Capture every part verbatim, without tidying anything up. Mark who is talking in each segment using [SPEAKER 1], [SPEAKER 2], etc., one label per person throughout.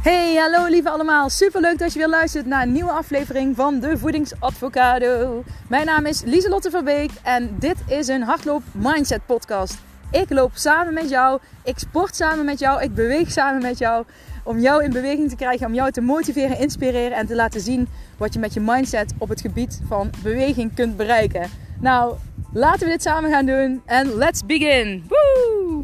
[SPEAKER 1] Hey, hallo lieve allemaal. Super leuk dat je weer luistert naar een nieuwe aflevering van de Voedingsadvocado. Mijn naam is Lieselotte Verbeek en dit is een hardloop mindset podcast. Ik loop samen met jou, ik sport samen met jou, ik beweeg samen met jou. Om jou in beweging te krijgen, om jou te motiveren, inspireren en te laten zien wat je met je mindset op het gebied van beweging kunt bereiken. Nou, laten we dit samen gaan doen en let's begin! Woo!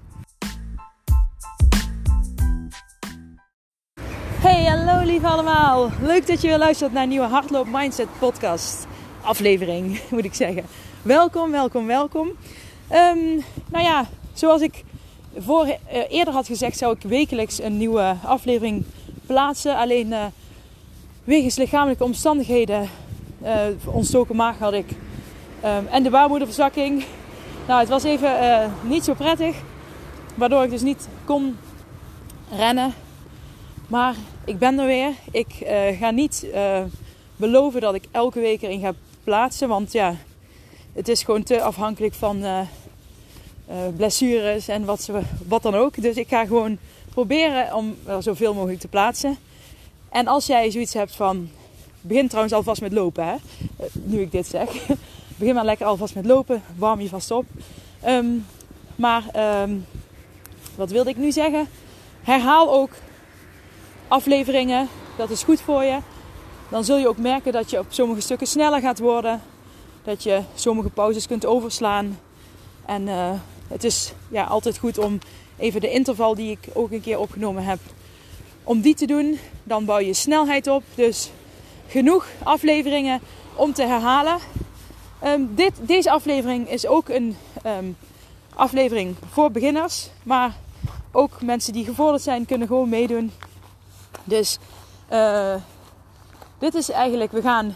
[SPEAKER 1] Hey, hallo lieve allemaal. Leuk dat je weer luistert naar een nieuwe Hardloop Mindset podcast aflevering, moet ik zeggen. Welkom, welkom, welkom. Um, nou ja, zoals ik voor, uh, eerder had gezegd, zou ik wekelijks een nieuwe aflevering plaatsen. Alleen uh, wegens lichamelijke omstandigheden, uh, ontstoken maag had ik um, en de baarmoederverzakking. Nou, het was even uh, niet zo prettig, waardoor ik dus niet kon rennen. Maar ik ben er weer. Ik uh, ga niet uh, beloven dat ik elke week erin ga plaatsen. Want ja, het is gewoon te afhankelijk van uh, uh, blessures en wat, wat dan ook. Dus ik ga gewoon proberen om er zoveel mogelijk te plaatsen. En als jij zoiets hebt van... Begin trouwens alvast met lopen, hè. Uh, nu ik dit zeg. Begin maar lekker alvast met lopen. Warm je vast op. Um, maar um, wat wilde ik nu zeggen? Herhaal ook... afleveringen, dat is goed voor je. Dan zul je ook merken dat je op sommige stukken sneller gaat worden. Dat je sommige pauzes kunt overslaan. En uh, het is ja, altijd goed om even de interval die ik ook een keer opgenomen heb, om die te doen. Dan bouw je snelheid op. Dus genoeg afleveringen om te herhalen. Um, dit, deze aflevering is ook een um, aflevering voor beginners. Maar ook mensen die gevorderd zijn kunnen gewoon meedoen. Dus uh, dit is eigenlijk, we gaan een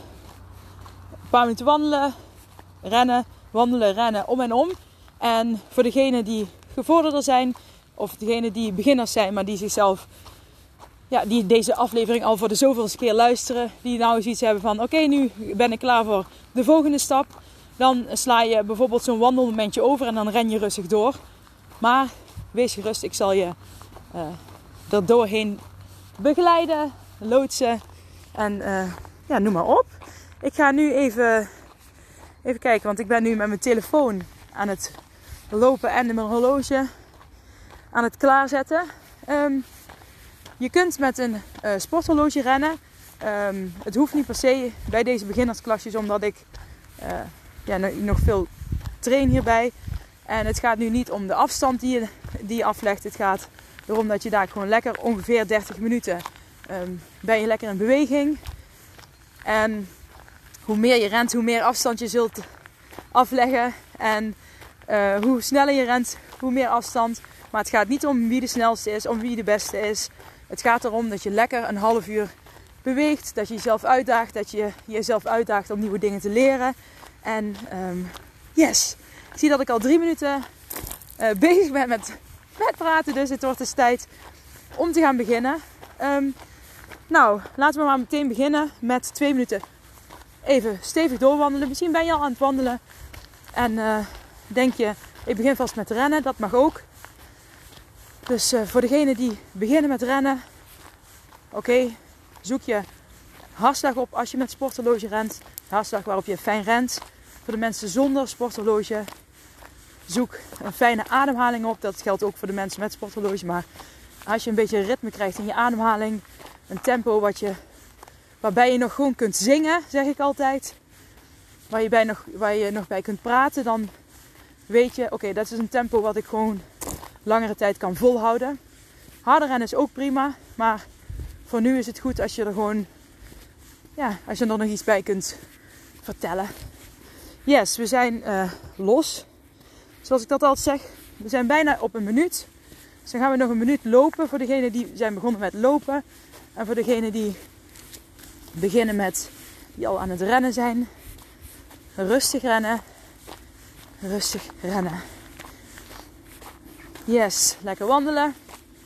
[SPEAKER 1] paar minuten wandelen, rennen, wandelen, rennen, om en om. En voor degenen die gevorderder zijn, of degenen die beginners zijn, maar die zichzelf, ja, die deze aflevering al voor de zoveelste keer luisteren, die nou zoiets hebben van, oké, okay, nu ben ik klaar voor de volgende stap. Dan sla je bijvoorbeeld zo'n wandelmomentje over en dan ren je rustig door. Maar wees gerust, ik zal je uh, er doorheen begeleiden, loodsen en uh, ja, noem maar op. Ik ga nu even, even kijken, want ik ben nu met mijn telefoon aan het lopen en mijn horloge aan het klaarzetten. Um, je kunt met een uh, sporthorloge rennen. Um, het hoeft niet per se bij deze beginnersklasjes, omdat ik uh, ja, nog veel train hierbij. En het gaat nu niet om de afstand die je, die je aflegt. Het gaat erom dat je daar gewoon lekker ongeveer dertig minuten um, ben je lekker in beweging. En hoe meer je rent, hoe meer afstand je zult afleggen. En uh, hoe sneller je rent, hoe meer afstand. Maar het gaat niet om wie de snelste is, om wie de beste is. Het gaat erom dat je lekker een half uur beweegt. Dat je jezelf uitdaagt. Dat je jezelf uitdaagt om nieuwe dingen te leren. En um, yes, ik zie dat ik al drie minuten uh, bezig ben met... met praten, dus het wordt dus tijd om te gaan beginnen. Um, nou, laten we maar meteen beginnen met twee minuten even stevig doorwandelen. Misschien ben je al aan het wandelen en uh, denk je, ik begin vast met rennen, dat mag ook. Dus uh, voor degenen die beginnen met rennen, oké, okay, zoek je hartslag op als je met sporthorloge rent. Hartslag waarop je fijn rent. Voor de mensen zonder sporthorloge, zoek een fijne ademhaling op. Dat geldt ook voor de mensen met sporthorloge. Maar als je een beetje ritme krijgt in je ademhaling. Een tempo wat je, waarbij je nog gewoon kunt zingen, zeg ik altijd. Waar je, bij nog, waar je nog bij kunt praten. Dan weet je, oké, okay, dat is een tempo wat ik gewoon langere tijd kan volhouden. Harder rennen is ook prima. Maar voor nu is het goed als je er gewoon, ja, als je er nog iets bij kunt vertellen. Yes, we zijn uh, los. Zoals ik dat altijd zeg, we zijn bijna op een minuut. Dus dan gaan we nog een minuut lopen voor degenen die zijn begonnen met lopen. En voor degenen die beginnen met, die al aan het rennen zijn. Rustig rennen. Rustig rennen. Yes, lekker wandelen.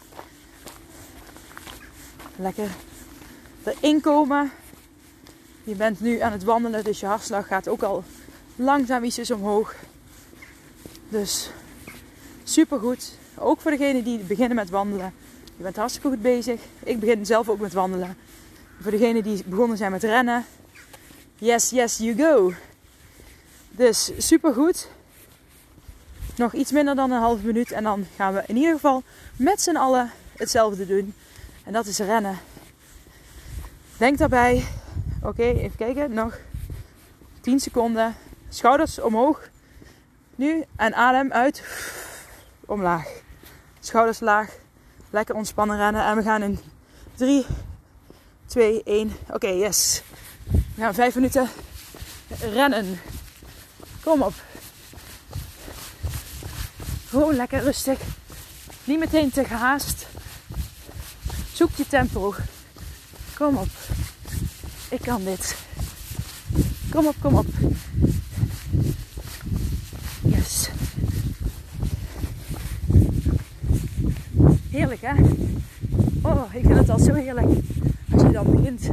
[SPEAKER 1] Lekker erin komen. Je bent nu aan het wandelen, dus je hartslag gaat ook al langzaam ietsjes omhoog. Dus supergoed. Ook voor degenen die beginnen met wandelen. Je bent hartstikke goed bezig. Ik begin zelf ook met wandelen. Voor degenen die begonnen zijn met rennen. Yes, yes, you go. Dus super goed. Nog iets minder dan een half minuut. En dan gaan we in ieder geval met z'n allen hetzelfde doen. En dat is rennen. Denk daarbij. Oké, okay, even kijken. Nog tien seconden. Schouders omhoog. Nu. En adem uit. Omlaag. Schouders laag. Lekker ontspannen rennen. En we gaan in drie, twee, één. Oké, okay, yes. We gaan vijf minuten rennen. Kom op. Gewoon lekker rustig. Niet meteen te gehaast. Zoek je tempo. Kom op. Ik kan dit. Kom op, kom op. Yes. Heerlijk, hè? Oh, ik vind het al zo heerlijk. Als je dan begint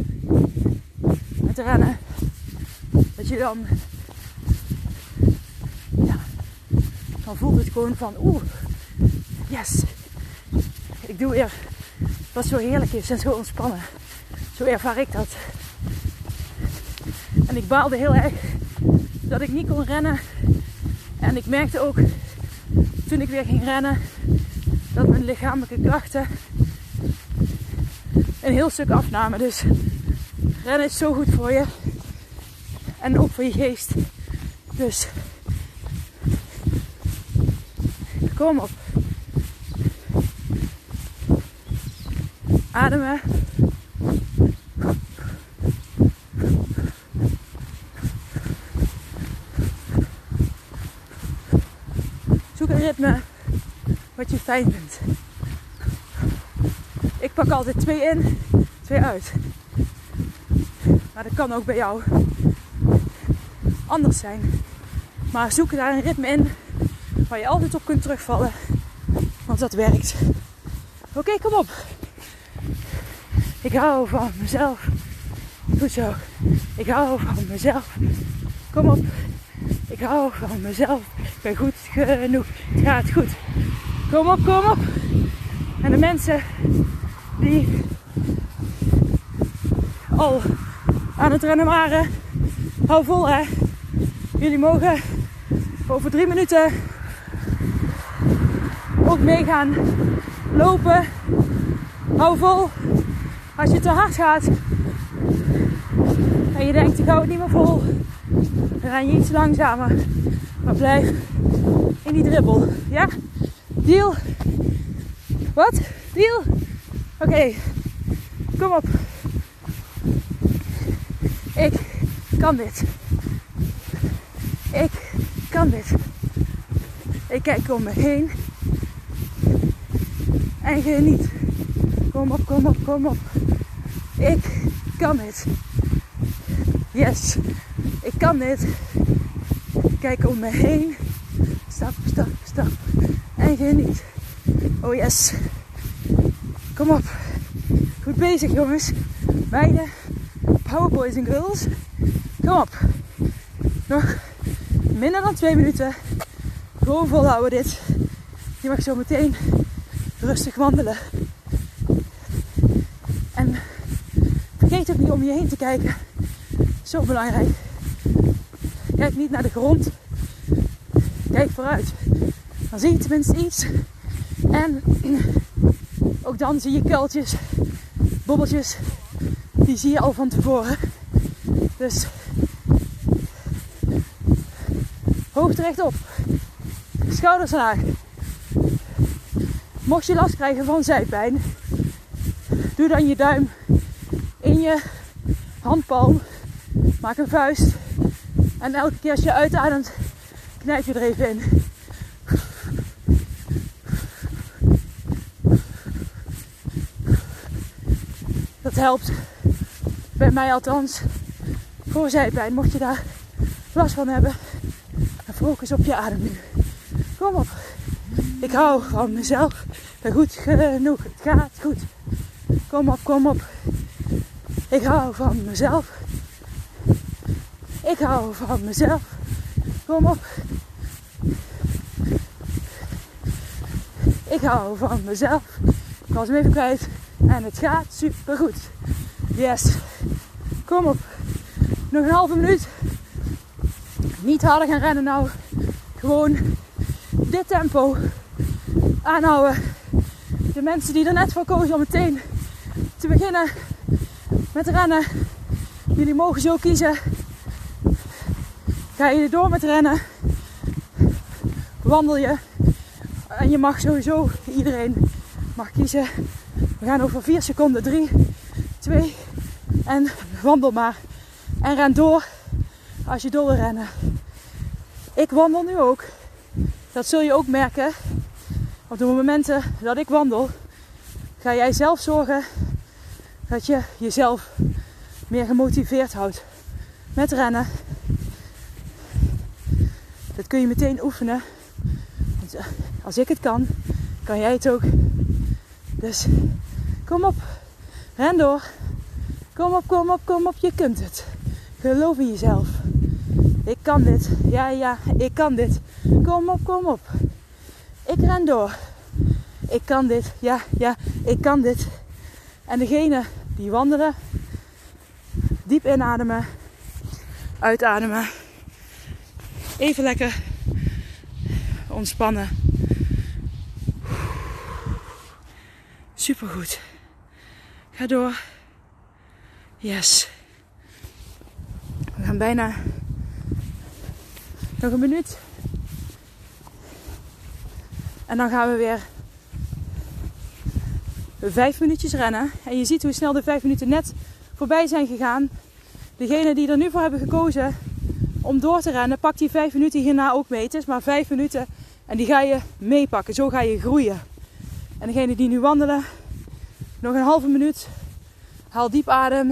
[SPEAKER 1] met rennen. Dat je dan... Ja. Dan voelt het gewoon van... Oeh. Yes. Ik doe weer wat zo heerlijk is en zo ontspannen. Zo ervaar ik dat. En ik baalde heel erg dat ik niet kon rennen. En ik merkte ook toen ik weer ging rennen dat mijn lichamelijke klachten een heel stuk afnamen. Dus rennen is zo goed voor je. En ook voor je geest. Dus kom op. Ademen. Zoek een ritme wat je fijn vindt. Ik pak altijd twee in, twee uit. Maar dat kan ook bij jou anders zijn. Maar zoek daar een ritme in waar je altijd op kunt terugvallen. Want dat werkt. Oké, okay, kom op. Ik hou van mezelf. Goed zo. Ik hou van mezelf. Kom op. Ik hou van mezelf. Ik ben goed genoeg. Het gaat goed. Kom op, kom op. En de mensen die al aan het rennen waren. Hou vol, hè. Jullie mogen over drie minuten ook meegaan lopen. Hou vol. Als je te hard gaat en je denkt ik hou het niet meer vol, dan ren je iets langzamer. Maar blijf in die dribbel. Ja? Deal? Wat? Deal? Oké. Okay. Kom op. Ik kan dit. Ik kan dit. Ik kijk om me heen en geniet. Kom op, kom op, kom op. Ik kan dit. Yes. Ik kan dit. Kijk om me heen. Stap, stap, stap. En geniet. Oh yes. Kom op. Goed bezig, jongens. Meiden. Powerboys en girls. Kom op. Nog minder dan twee minuten. Gewoon volhouden dit. Je mag zo meteen rustig wandelen. En vergeet ook niet om je heen te kijken. Zo belangrijk. Kijk niet naar de grond. Kijk vooruit. Dan zie je tenminste iets. En ook dan zie je kuiltjes, bobbeltjes. Die zie je al van tevoren. Dus hoofd rechtop. Schouders laag. Mocht je last krijgen van zijpijn, doe dan je duim in je handpalm. Maak een vuist. En elke keer als je uitademt, knijp je er even in. Dat helpt. Bij mij althans. Voor zijpijn. Mocht je daar last van hebben, dan focus op je adem nu. Kom op. Ik hou van mezelf. Ik ben goed genoeg. Het gaat goed. Kom op, kom op. Ik hou van mezelf. Ik hou van mezelf. Kom op. Ik hou van mezelf. Ik was hem even kwijt. En het gaat super goed. Yes. Kom op. Nog een halve minuut. Niet harder gaan rennen nou. Gewoon dit tempo aanhouden. De mensen die er net voor kozen om meteen te beginnen met rennen. Jullie mogen zo kiezen. Ga je door met rennen? Wandel je? En je mag sowieso, iedereen mag kiezen. We gaan over vier seconden. drie, twee en wandel maar. En ren door als je door wil rennen. Ik wandel nu ook. Dat zul je ook merken. Op de momenten dat ik wandel, ga jij zelf zorgen dat je jezelf meer gemotiveerd houdt met rennen. Dat kun je meteen oefenen. Want als ik het kan, kan jij het ook. Dus kom op, ren door. Kom op, kom op, kom op, je kunt het. Geloof in jezelf. Ik kan dit. Ja, ja, ik kan dit. Kom op, kom op. Ik ren door. Ik kan dit. Ja, ja, ik kan dit. En degene die wandelen, diep inademen, uitademen. Even lekker ontspannen. Supergoed. Ga door. Yes. We gaan bijna nog een minuut. En dan gaan we weer vijf minuutjes rennen. En je ziet hoe snel de vijf minuten net voorbij zijn gegaan. Degenen die er nu voor hebben gekozen om door te rennen, pak die vijf minuten hierna ook mee. Het is maar vijf minuten en die ga je meepakken. Zo ga je groeien. En degenen die nu wandelen, nog een halve minuut. Haal diep adem.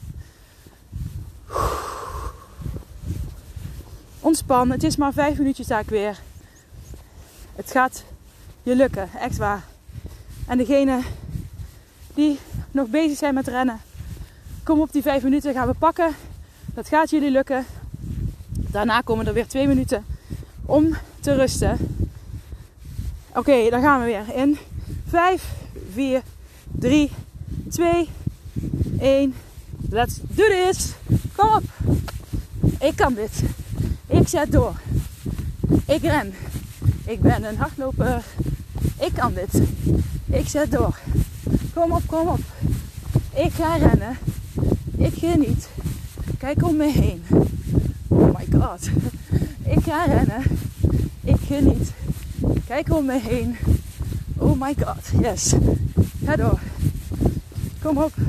[SPEAKER 1] Ontspan. Het is maar vijf minuutjes sta ik weer. Het gaat je lukken. Echt waar. En degenen die nog bezig zijn met rennen, kom op die vijf minuten gaan we pakken. Dat gaat jullie lukken. Daarna komen er weer twee minuten om te rusten. Oké, okay, dan gaan we weer in. vijf, vier, drie, twee, één. Let's do this. Kom op. Ik kan dit. Ik zet door. Ik ren. Ik ben een hardloper. Ik kan dit. Ik zet door. Kom op, kom op. Ik ga rennen. Ik geniet. Kijk om me heen. Oh my god. Ik ga rennen. Ik geniet. Kijk om me heen. Oh my god. Yes. Ga door. Kom op.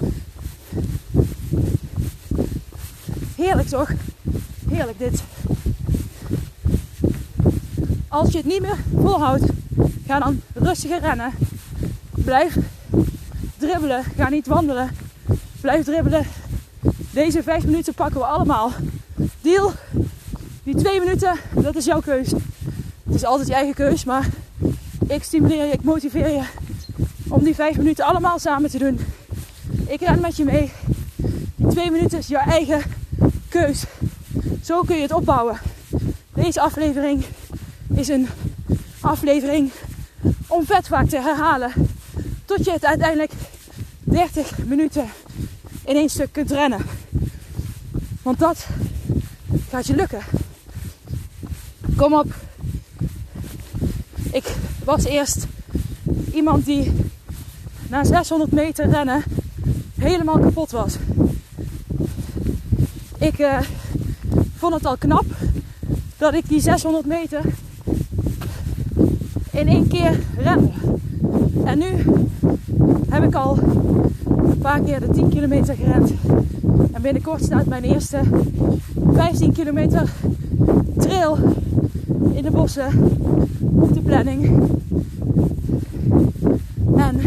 [SPEAKER 1] Heerlijk toch? Heerlijk dit. Als je het niet meer volhoudt, ga dan rustiger rennen. Blijf dribbelen. Ga niet wandelen. Blijf dribbelen. Deze vijf minuten pakken we allemaal. Deal. Die twee minuten, dat is jouw keus. Het is altijd je eigen keus, maar ik stimuleer je, ik motiveer je om die vijf minuten allemaal samen te doen. Ik ren met je mee. Die twee minuten is jouw eigen keus. Zo kun je het opbouwen. Deze aflevering is een aflevering om vet vaak te herhalen. Tot je het uiteindelijk dertig minuten in één stuk kunt rennen. Want dat gaat je lukken. Kom op. Ik was eerst iemand die na zeshonderd meter rennen helemaal kapot was. Ik uh, vond het al knap dat ik die zeshonderd meter in één keer rende. En nu heb ik al een paar keer de tien kilometer gerend. En binnenkort staat mijn eerste vijftien kilometer trail in de bossen op de planning. En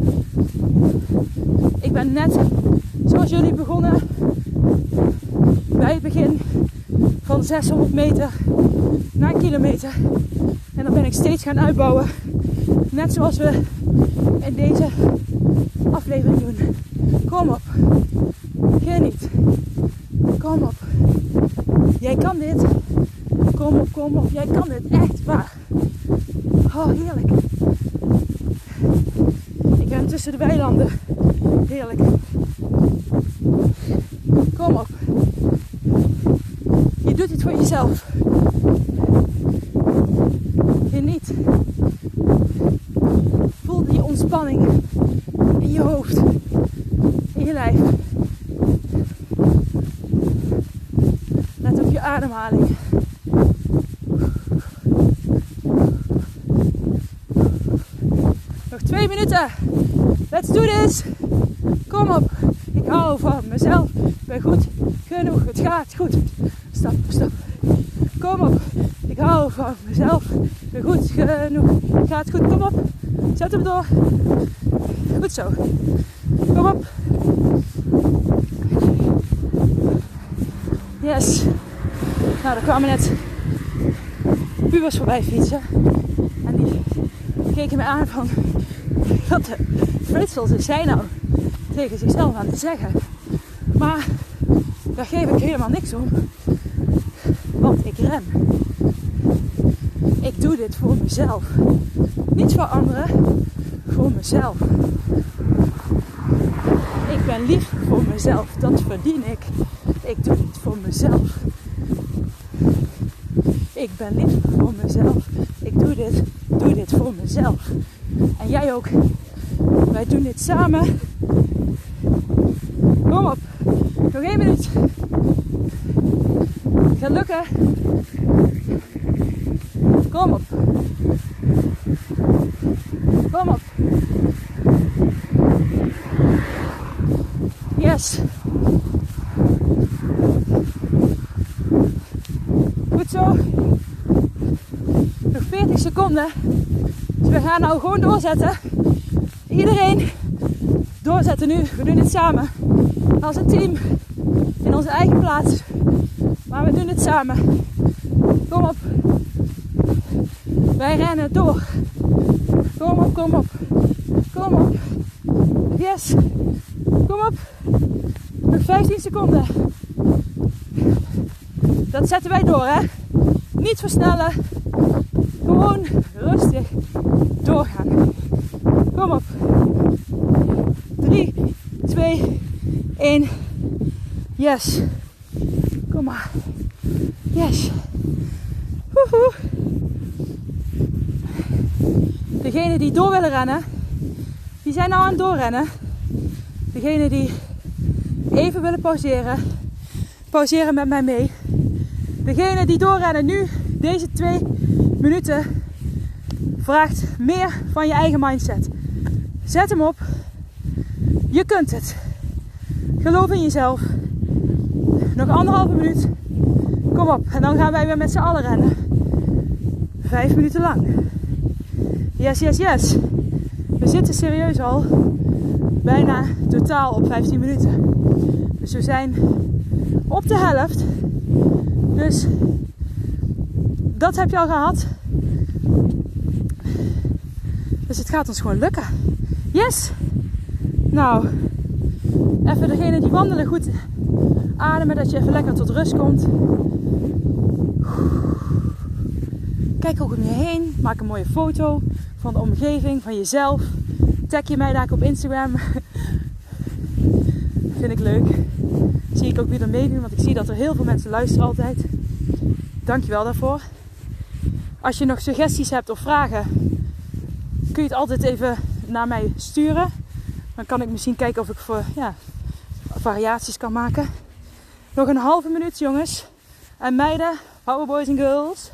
[SPEAKER 1] ik ben net zoals jullie begonnen bij het begin van zeshonderd meter naar een kilometer. En dan ben ik steeds gaan uitbouwen. Net zoals we in deze aflevering doen. Kom op. Geniet. Kom op. Jij kan dit. Kom op, kom op. Jij kan dit. Echt waar. Oh, heerlijk. tussen de weilanden. Heerlijk. Kom op. Je doet het voor jezelf. Geniet. Voel die ontspanning in je hoofd. In je lijf. Let op je ademhaling. Nog twee minuten. Let's do this. Kom op. Ik hou van mezelf. Ik ben goed genoeg. Het gaat goed. Stap voor stap. Kom op. Ik hou van mezelf. Ik ben goed genoeg. Het gaat goed. Kom op. Zet hem door. Goed zo. Kom op. Yes. Nou, er kwamen net pubers voorbij fietsen. En die keken me aan van... Wat de fritsels is zij nou tegen zichzelf aan te zeggen? Maar daar geef ik helemaal niks om. Want ik rem. Ik doe dit voor mezelf. Niet voor anderen. Voor mezelf. Ik ben lief voor mezelf. Dat verdien ik. Ik doe dit voor mezelf. Ik ben lief voor mezelf. Ik doe dit, doe dit voor mezelf. En jij ook. Wij doen dit samen. Kom op. Nog één minuut. Het gaat lukken. Kom op. Kom op. Yes. Goed zo. Nog veertig seconden. Dus we gaan nou gewoon doorzetten. Iedereen doorzetten nu. We doen het samen. Als een team. In onze eigen plaats. Maar we doen het samen. Kom op. Wij rennen door. Kom op, kom op. Kom op. Yes. Kom op. Nog vijftien seconden. Dat zetten wij door, hè. Niet versnellen. Gewoon rustig doorgaan. Kom op. drie, twee, één. Yes. Kom maar. Yes. Woehoe. Degenen die door willen rennen, die zijn nou aan het doorrennen. Degenen die even willen pauzeren, pauzeren met mij mee. Degenen die doorrennen nu, deze twee minuten, vraagt meer van je eigen mindset. Zet hem op. Je kunt het. Geloof in jezelf. Nog anderhalve minuut. Kom op. En dan gaan wij weer met z'n allen rennen. Vijf minuten lang. Yes, yes, yes. We zitten serieus al bijna totaal op vijftien minuten. Dus we zijn op de helft. Dus dat heb je al gehad. Dus het gaat ons gewoon lukken. Yes! Nou, even degene die wandelen goed ademen, dat je even lekker tot rust komt. Kijk ook om je heen. Maak een mooie foto van de omgeving, van jezelf. Tag je mij daar op Instagram. Vind ik leuk. Zie ik ook weer meedoen, want ik zie dat er heel veel mensen luisteren altijd. Dankjewel daarvoor. Als je nog suggesties hebt of vragen, kun je het altijd even naar mij sturen. Dan kan ik misschien kijken of ik voor, ja, variaties kan maken. Nog een halve minuut, jongens. En meiden, power boys en girls.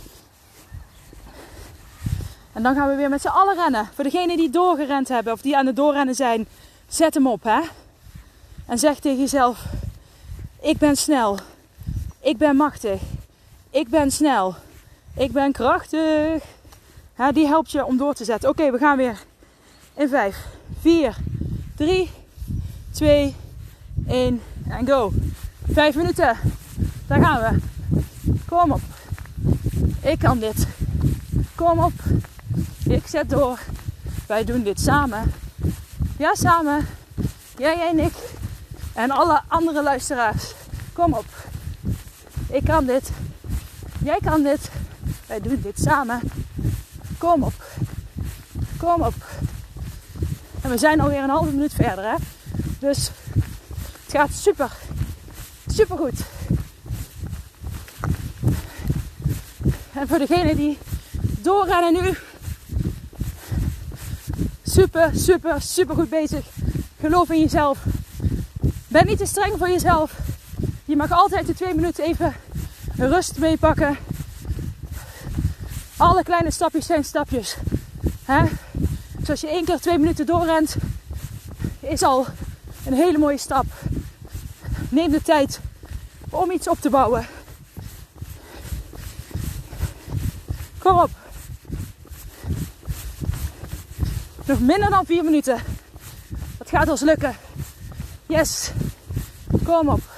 [SPEAKER 1] En dan gaan we weer met z'n allen rennen. Voor degenen die doorgerend hebben of die aan het doorrennen zijn, zet hem op, hè. En zeg tegen jezelf, ik ben snel. Ik ben machtig. Ik ben snel. Ik ben krachtig. Ja, die helpt je om door te zetten. Oké, okay, we gaan weer in vijf, vier, drie, twee, één en go. Vijf minuten. Daar gaan we. Kom op. Ik kan dit. Kom op. Ik zet door. Wij doen dit samen. Ja, samen. Jij en ik. En alle andere luisteraars. Kom op. Ik kan dit. Jij kan dit. Wij doen dit samen. Kom op. Kom op. En we zijn alweer een halve minuut verder, hè. Dus het gaat super, super goed. En voor degenen die doorrennen nu, super, super, super goed bezig. Geloof in jezelf. Ben niet te streng voor jezelf. Je mag altijd de twee minuten even rust meepakken. Alle kleine stapjes zijn stapjes. Hè? Dus als je één keer twee minuten doorrent, is al een hele mooie stap. Neem de tijd om iets op te bouwen. Kom op. Nog minder dan vier minuten. Dat gaat ons lukken. Yes. Kom op.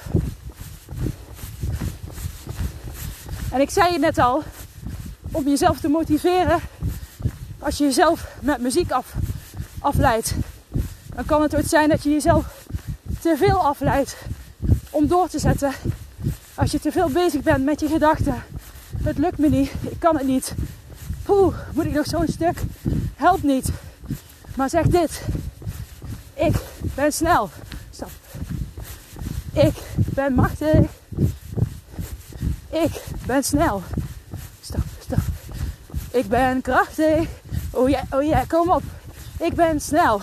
[SPEAKER 1] En ik zei het net al. Om jezelf te motiveren. Als je jezelf met muziek af, afleidt. Dan kan het ooit zijn dat je jezelf te veel afleidt. Om door te zetten. Als je te veel bezig bent met je gedachten. Het lukt me niet. Ik kan het niet. Poeh, moet ik nog zo'n stuk? Helpt niet. Maar zeg dit. Ik ben snel. Stop. Ik ben machtig. Ik ben snel. Stop, stop. Ik ben krachtig. Oh ja, oh ja, kom op. Ik ben snel.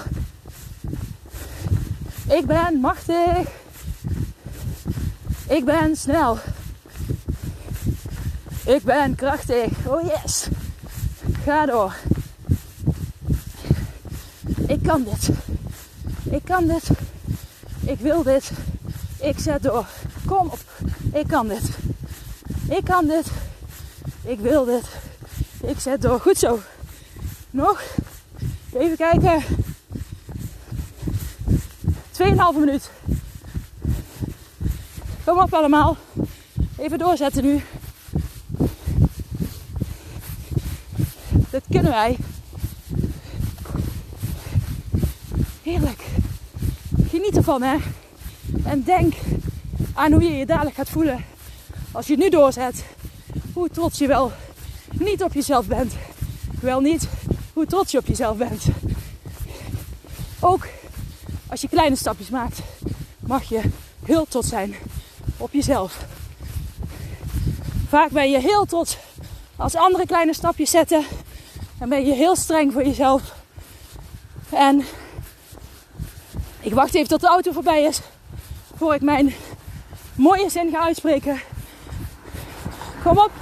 [SPEAKER 1] Ik ben machtig. Ik ben snel. Ik ben krachtig. Oh yes. Ga door. Ik kan dit. Ik kan dit. Ik wil dit. Ik zet door. Kom op. Ik kan dit. Ik kan dit. Ik wil dit. Ik zet door. Goed zo. Nog. Even kijken. Tweeënhalve minuut. Kom op allemaal. Even doorzetten nu. Dit kunnen wij. Heerlijk. Geniet ervan, hè. En denk aan hoe je je dadelijk gaat voelen. Als je het nu doorzet. Hoe trots je wel niet op jezelf bent. Wel niet hoe trots je op jezelf bent. Ook als je kleine stapjes maakt. Mag je heel trots zijn op jezelf. Vaak ben je heel trots als anderen kleine stapjes zetten. Dan ben je heel streng voor jezelf. En ik wacht even tot de auto voorbij is. Voor ik mijn mooie zin ga uitspreken. Kom op.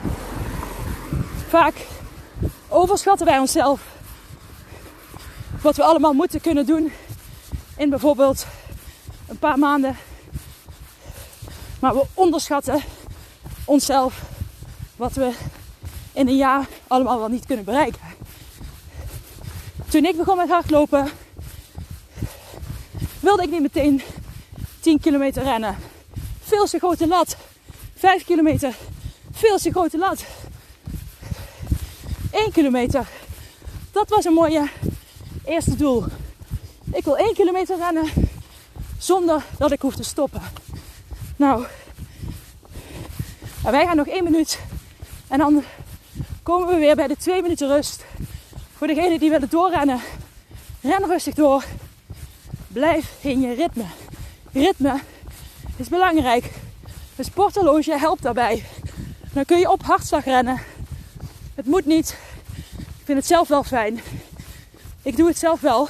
[SPEAKER 1] Vaak overschatten wij onszelf. Wat we allemaal moeten kunnen doen. In bijvoorbeeld een paar maanden. Maar we onderschatten onszelf. Wat we in een jaar allemaal wel niet kunnen bereiken. Toen ik begon met hardlopen, wilde ik niet meteen tien kilometer rennen. Veel te grote lat. vijf kilometer. Veel te grote lat. één kilometer. Dat was een mooie eerste doel. Ik wil één kilometer rennen zonder dat ik hoef te stoppen. Nou, wij gaan nog één minuut en dan komen we weer bij de twee minuten rust. Voor degenen die willen doorrennen, ren rustig door. Blijf in je ritme. Ritme is belangrijk. Een sporthorloge helpt daarbij. Dan kun je op hartslag rennen. Het moet niet. Ik vind het zelf wel fijn. Ik doe het zelf wel.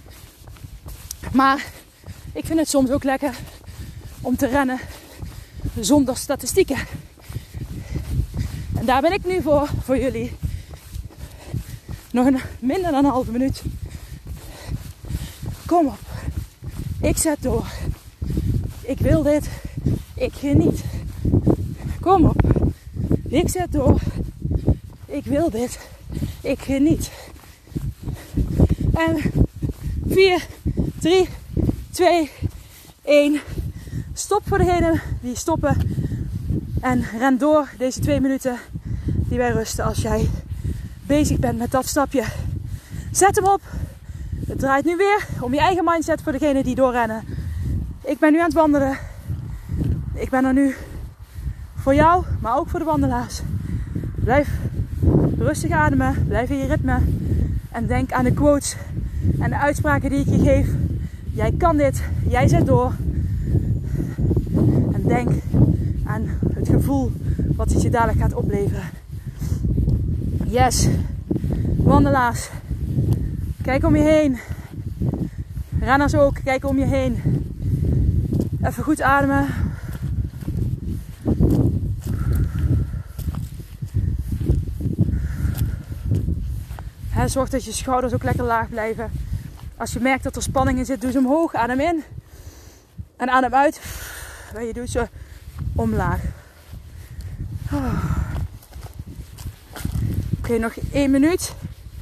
[SPEAKER 1] Maar ik vind het soms ook lekker om te rennen zonder statistieken. En daar ben ik nu voor, voor jullie. Nog een, minder dan een halve minuut. Kom op. Ik zet door. Ik wil dit. Ik geniet. Kom op. Ik zet door. Ik wil dit. Ik geniet. En vier, drie, twee, één. Stop voor degenen die stoppen. En ren door deze twee minuten die wij rusten als jij bezig bent met dat stapje. Zet hem op. Het draait nu weer om je eigen mindset voor degenen die doorrennen. Ik ben nu aan het wandelen. Ik ben er nu voor jou, maar ook voor de wandelaars. Blijf rustig ademen. Blijf in je ritme. En denk aan de quotes En de uitspraken die ik je geef. Jij kan dit. Jij zet door. En denk aan het gevoel wat het je dadelijk gaat opleveren. Yes. Wandelaars. Kijk om je heen. Renners ook. Kijk om je heen. Even goed ademen. He, zorg dat je schouders ook lekker laag blijven. Als je merkt dat er spanning in zit, doe ze omhoog. Adem in. En adem uit. En je doet ze omlaag. Oké, okay, nog één minuut.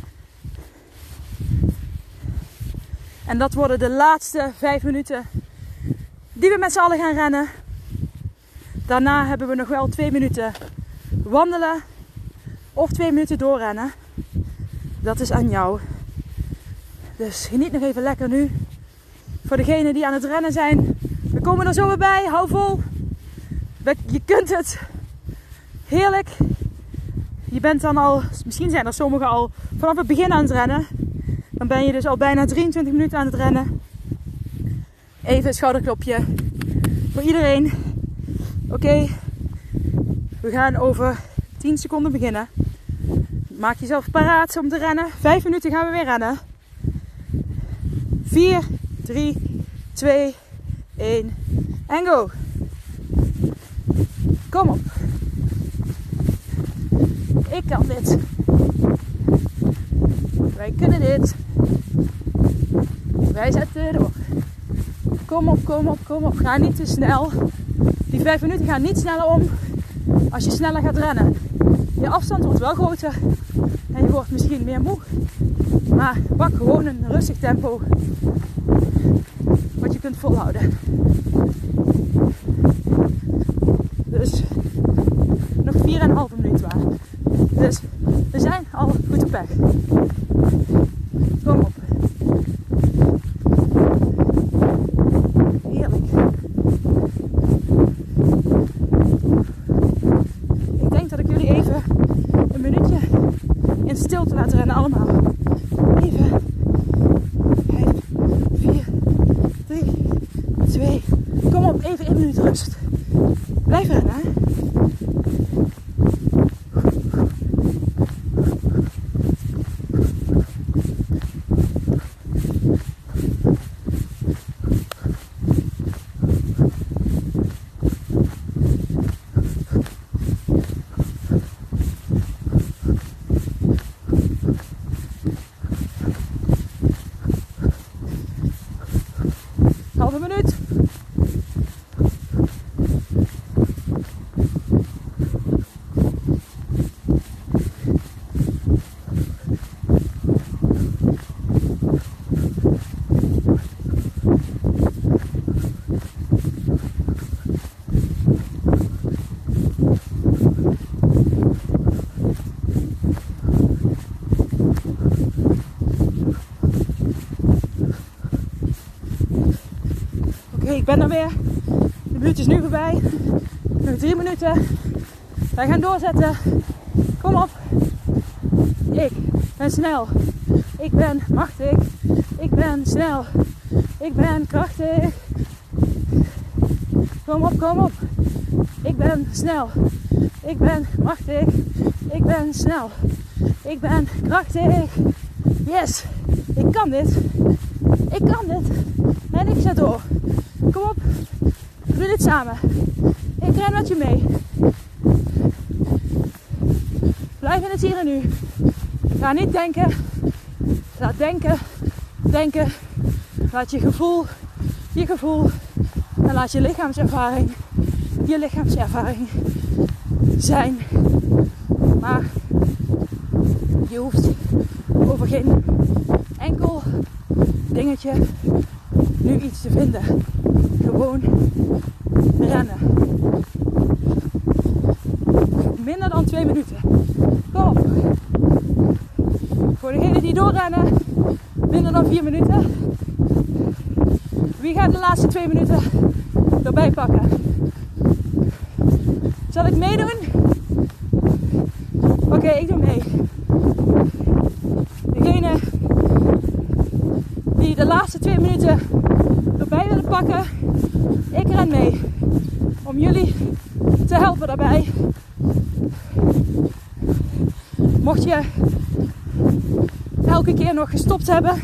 [SPEAKER 1] En dat worden de laatste vijf minuten die we met z'n allen gaan rennen. Daarna hebben we nog wel twee minuten wandelen. Of twee minuten doorrennen. Dat is aan jou. Dus geniet nog even lekker nu. Voor degenen die aan het rennen zijn. We komen er zo weer bij. Hou vol. Je kunt het. Heerlijk. Je bent dan al, misschien zijn er sommigen al vanaf het begin aan het rennen. Dan ben je dus al bijna drieëntwintig minuten aan het rennen. Even een schouderklopje. Voor iedereen. Oké. Okay. We gaan over tien seconden beginnen. Maak jezelf paraat om te rennen. Vijf minuten gaan we weer rennen. vier, drie, twee, één. En go. Kom op. Ik kan dit. Wij kunnen dit. Wij zetten door. Kom op, kom op, kom op. Ga niet te snel. Die vijf minuten gaan niet sneller om als je sneller gaat rennen. Je afstand wordt wel groter. En je wordt misschien meer moe. Maar pak gewoon een rustig tempo. Wat je kunt volhouden. Dus nog vier en een halve minuut waar. Dus we zijn al goed op weg. Kom op. Heerlijk. Ik denk dat ik jullie even een minuutje in stilte laat rennen allemaal. Even. vijf, vier, drie, twee. Kom op, even één minuut rust. Blijf rennen, hè. Halve minuut. Oké, ik ben er weer. De minuut is nu voorbij. Nog drie minuten. Wij gaan doorzetten. Kom op. Ik ben snel. Ik ben machtig. Ik ben snel. Ik ben krachtig. Kom op, kom op. Ik ben snel. Ik ben machtig. Ik ben snel. Ik ben krachtig. Yes. Ik kan dit. Ik kan dit. En ik zet door. Kom op. We doen dit samen. Ik ren met je mee. Blijf in het hier en nu. Ga niet denken. Laat denken. Denken. Laat je gevoel. Je gevoel. En laat je lichaamservaring. Je lichaamservaring zijn. Maar je hoeft over geen enkel dingetje nu iets te vinden. Gewoon rennen. Minder dan twee minuten. Kom op. Voor degenen die doorrennen, minder dan vier minuten. Wie gaat de laatste twee minuten erbij pakken? Zal ik meedoen? Oké, okay, ik doe mee. Degene die de laatste twee minuten erbij willen pakken. Ik ren mee om jullie te helpen daarbij. Mocht je elke keer nog gestopt hebben,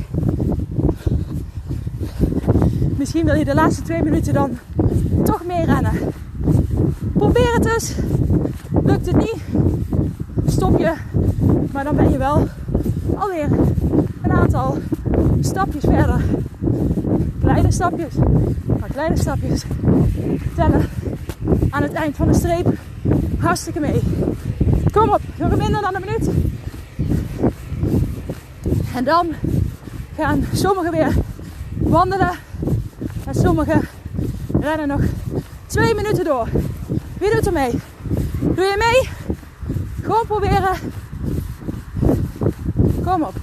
[SPEAKER 1] misschien wil je de laatste twee minuten dan toch mee rennen. Probeer het eens. Lukt het niet, stop je. Maar dan ben je wel alweer een aantal stapjes verder. Kleine stapjes, maar kleine stapjes tellen aan het eind van de streep hartstikke mee. Kom op, nog minder dan een minuut. En dan gaan sommigen weer wandelen en sommigen rennen nog twee minuten door. Wie doet er mee? Doe je mee? Gewoon proberen. Kom op.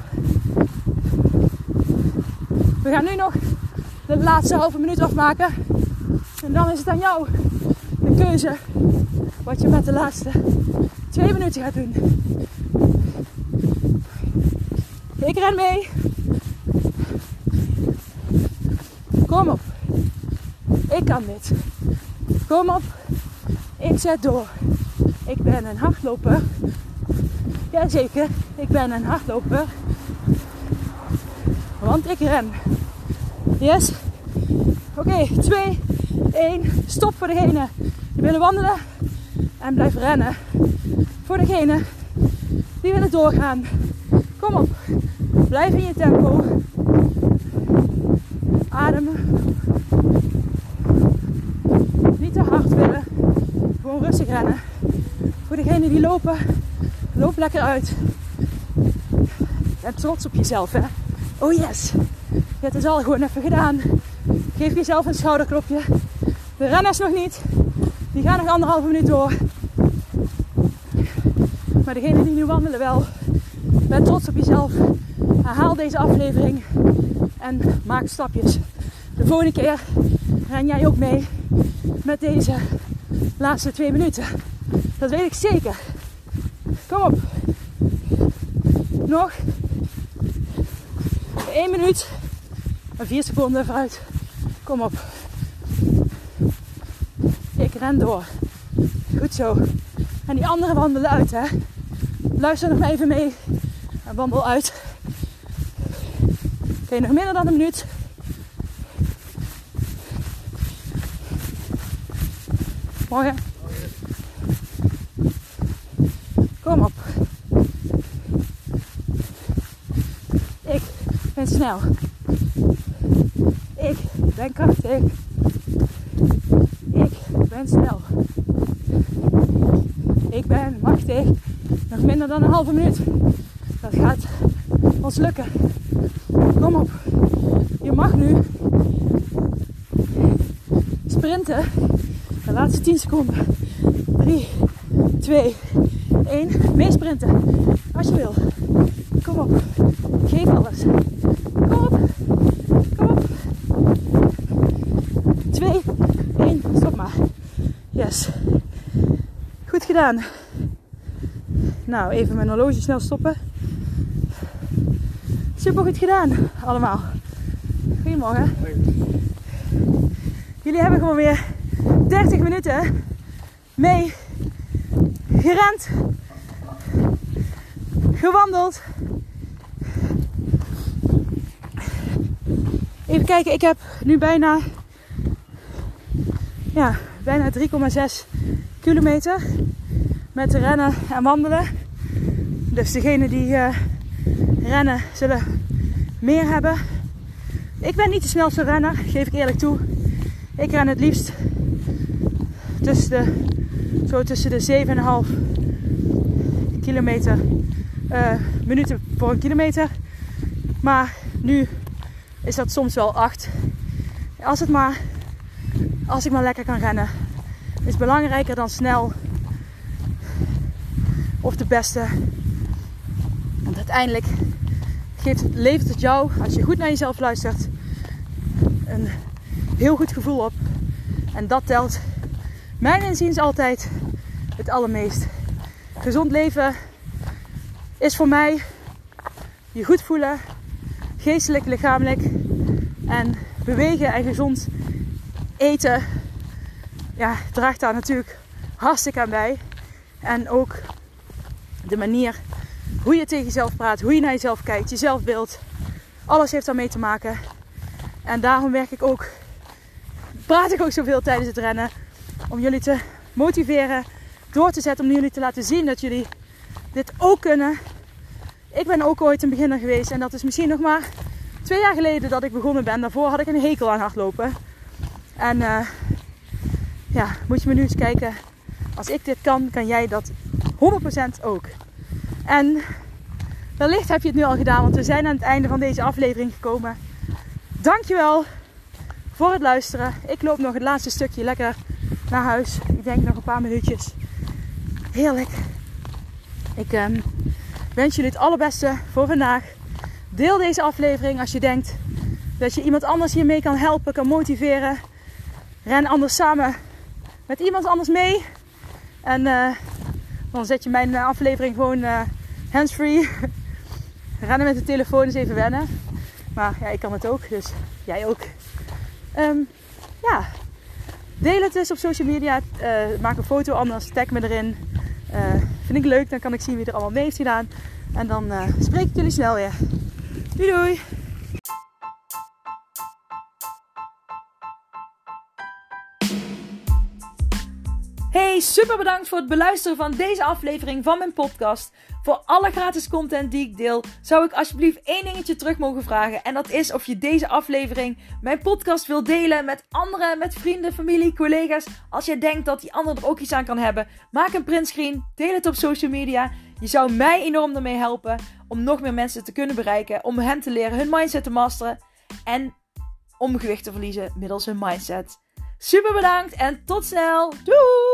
[SPEAKER 1] We gaan nu nog de laatste halve minuut afmaken. En dan is het aan jou de keuze wat je met de laatste twee minuten gaat doen. Ik ren mee. Kom op. Ik kan dit. Kom op. Ik zet door. Ik ben een hardloper. Jazeker, ik ben een hardloper. Want ik ren. Yes. Oké, okay, twee, één. Stop voor degene die willen wandelen. En blijf rennen. Voor degene die willen doorgaan. Kom op. Blijf in je tempo. Ademen. Niet te hard willen. Gewoon rustig rennen. Voor degenen die lopen, loop lekker uit. En trots op jezelf, hè. Oh yes. Je hebt het al gewoon even gedaan. Geef jezelf een schouderklopje. De renners nog niet. Die gaan nog anderhalve minuut door. Maar degenen die nu wandelen wel. Ben trots op jezelf. Herhaal deze aflevering. En maak stapjes. De volgende keer ren jij ook mee met deze laatste twee minuten. Dat weet ik zeker. Kom op. Nog één minuut en vier seconden vooruit. Kom op. Ik ren door. Goed zo. En die anderen wandelen uit, hè. Luister nog maar even mee. En wandel uit. Oké, okay, nog minder dan een minuut. Mooi, hè? Kom op. Ik ben snel. Ik ben krachtig. Ik ben snel. Ik ben machtig. Nog minder dan een halve minuut. Dat gaat ons lukken. Kom op. Je mag nu sprinten. De laatste tien seconden. drie, twee, één. Meesprinten. Als je wil. Kom op. Geef alles. Kom op. Kom op. twee, één. Stop maar. Yes. Goed gedaan. Nou, even mijn horloge snel stoppen. Super goed gedaan. Allemaal. Goedemorgen. Jullie hebben gewoon weer dertig minuten mee gerend, gewandeld. Even kijken, ik heb nu bijna, ja, bijna drie komma zes kilometer met rennen en wandelen. Dus degenen die uh, rennen zullen meer hebben. Ik ben niet de snelste renner, geef ik eerlijk toe. Ik ren het liefst tussen de, zo tussen de zeven komma vijf kilometer, uh, minuten voor een kilometer. Maar nu is dat soms wel acht. Als, het maar, als ik maar lekker kan rennen, is belangrijker dan snel of de beste. Want uiteindelijk geeft het, levert het jou, als je goed naar jezelf luistert, een heel goed gevoel op. En dat telt mijn inziens altijd het allermeest. Gezond leven is voor mij je goed voelen, geestelijk, lichamelijk. En bewegen en gezond eten, ja, draagt daar natuurlijk hartstikke aan bij. En ook de manier hoe je tegen jezelf praat, hoe je naar jezelf kijkt, je zelfbeeld. Alles heeft daarmee te maken. En daarom werk ik ook, praat ik ook zoveel tijdens het rennen. Om jullie te motiveren, door te zetten, om jullie te laten zien dat jullie dit ook kunnen. Ik ben ook ooit een beginner geweest en dat is misschien nog maar twee jaar geleden dat ik begonnen ben. Daarvoor had ik een hekel aan hardlopen. En uh, ja, moet je me nu eens kijken. Als ik dit kan, kan jij dat honderd procent ook. En wellicht heb je het nu al gedaan, want we zijn aan het einde van deze aflevering gekomen. Dankjewel voor het luisteren. Ik loop nog het laatste stukje lekker naar huis. Ik denk nog een paar minuutjes. Heerlijk. Ik um, wens jullie het allerbeste voor vandaag. Deel deze aflevering als je denkt dat je iemand anders hiermee kan helpen, kan motiveren. Ren anders samen met iemand anders mee. En uh, dan zet je mijn aflevering gewoon uh, handsfree. Rennen met de telefoon is even wennen. Maar ja, ik kan het ook, dus jij ook. Um, ja, deel het dus op social media. Uh, maak een foto anders, tag me erin. Uh, vind ik leuk, dan kan ik zien wie er allemaal mee heeft gedaan. En dan uh, spreek ik jullie snel weer. Doei doei! Hey, super bedankt voor het beluisteren van deze aflevering van mijn podcast. Voor alle gratis content die ik deel, zou ik alsjeblieft één dingetje terug mogen vragen. En dat is of je deze aflevering, mijn podcast, wil delen met anderen, met vrienden, familie, collega's. Als je denkt dat die ander er ook iets aan kan hebben, maak een printscreen, deel het op social media. Je zou mij enorm ermee helpen om nog meer mensen te kunnen bereiken. Om hen te leren hun mindset te masteren en om gewicht te verliezen middels hun mindset. Super bedankt en tot snel. Doei!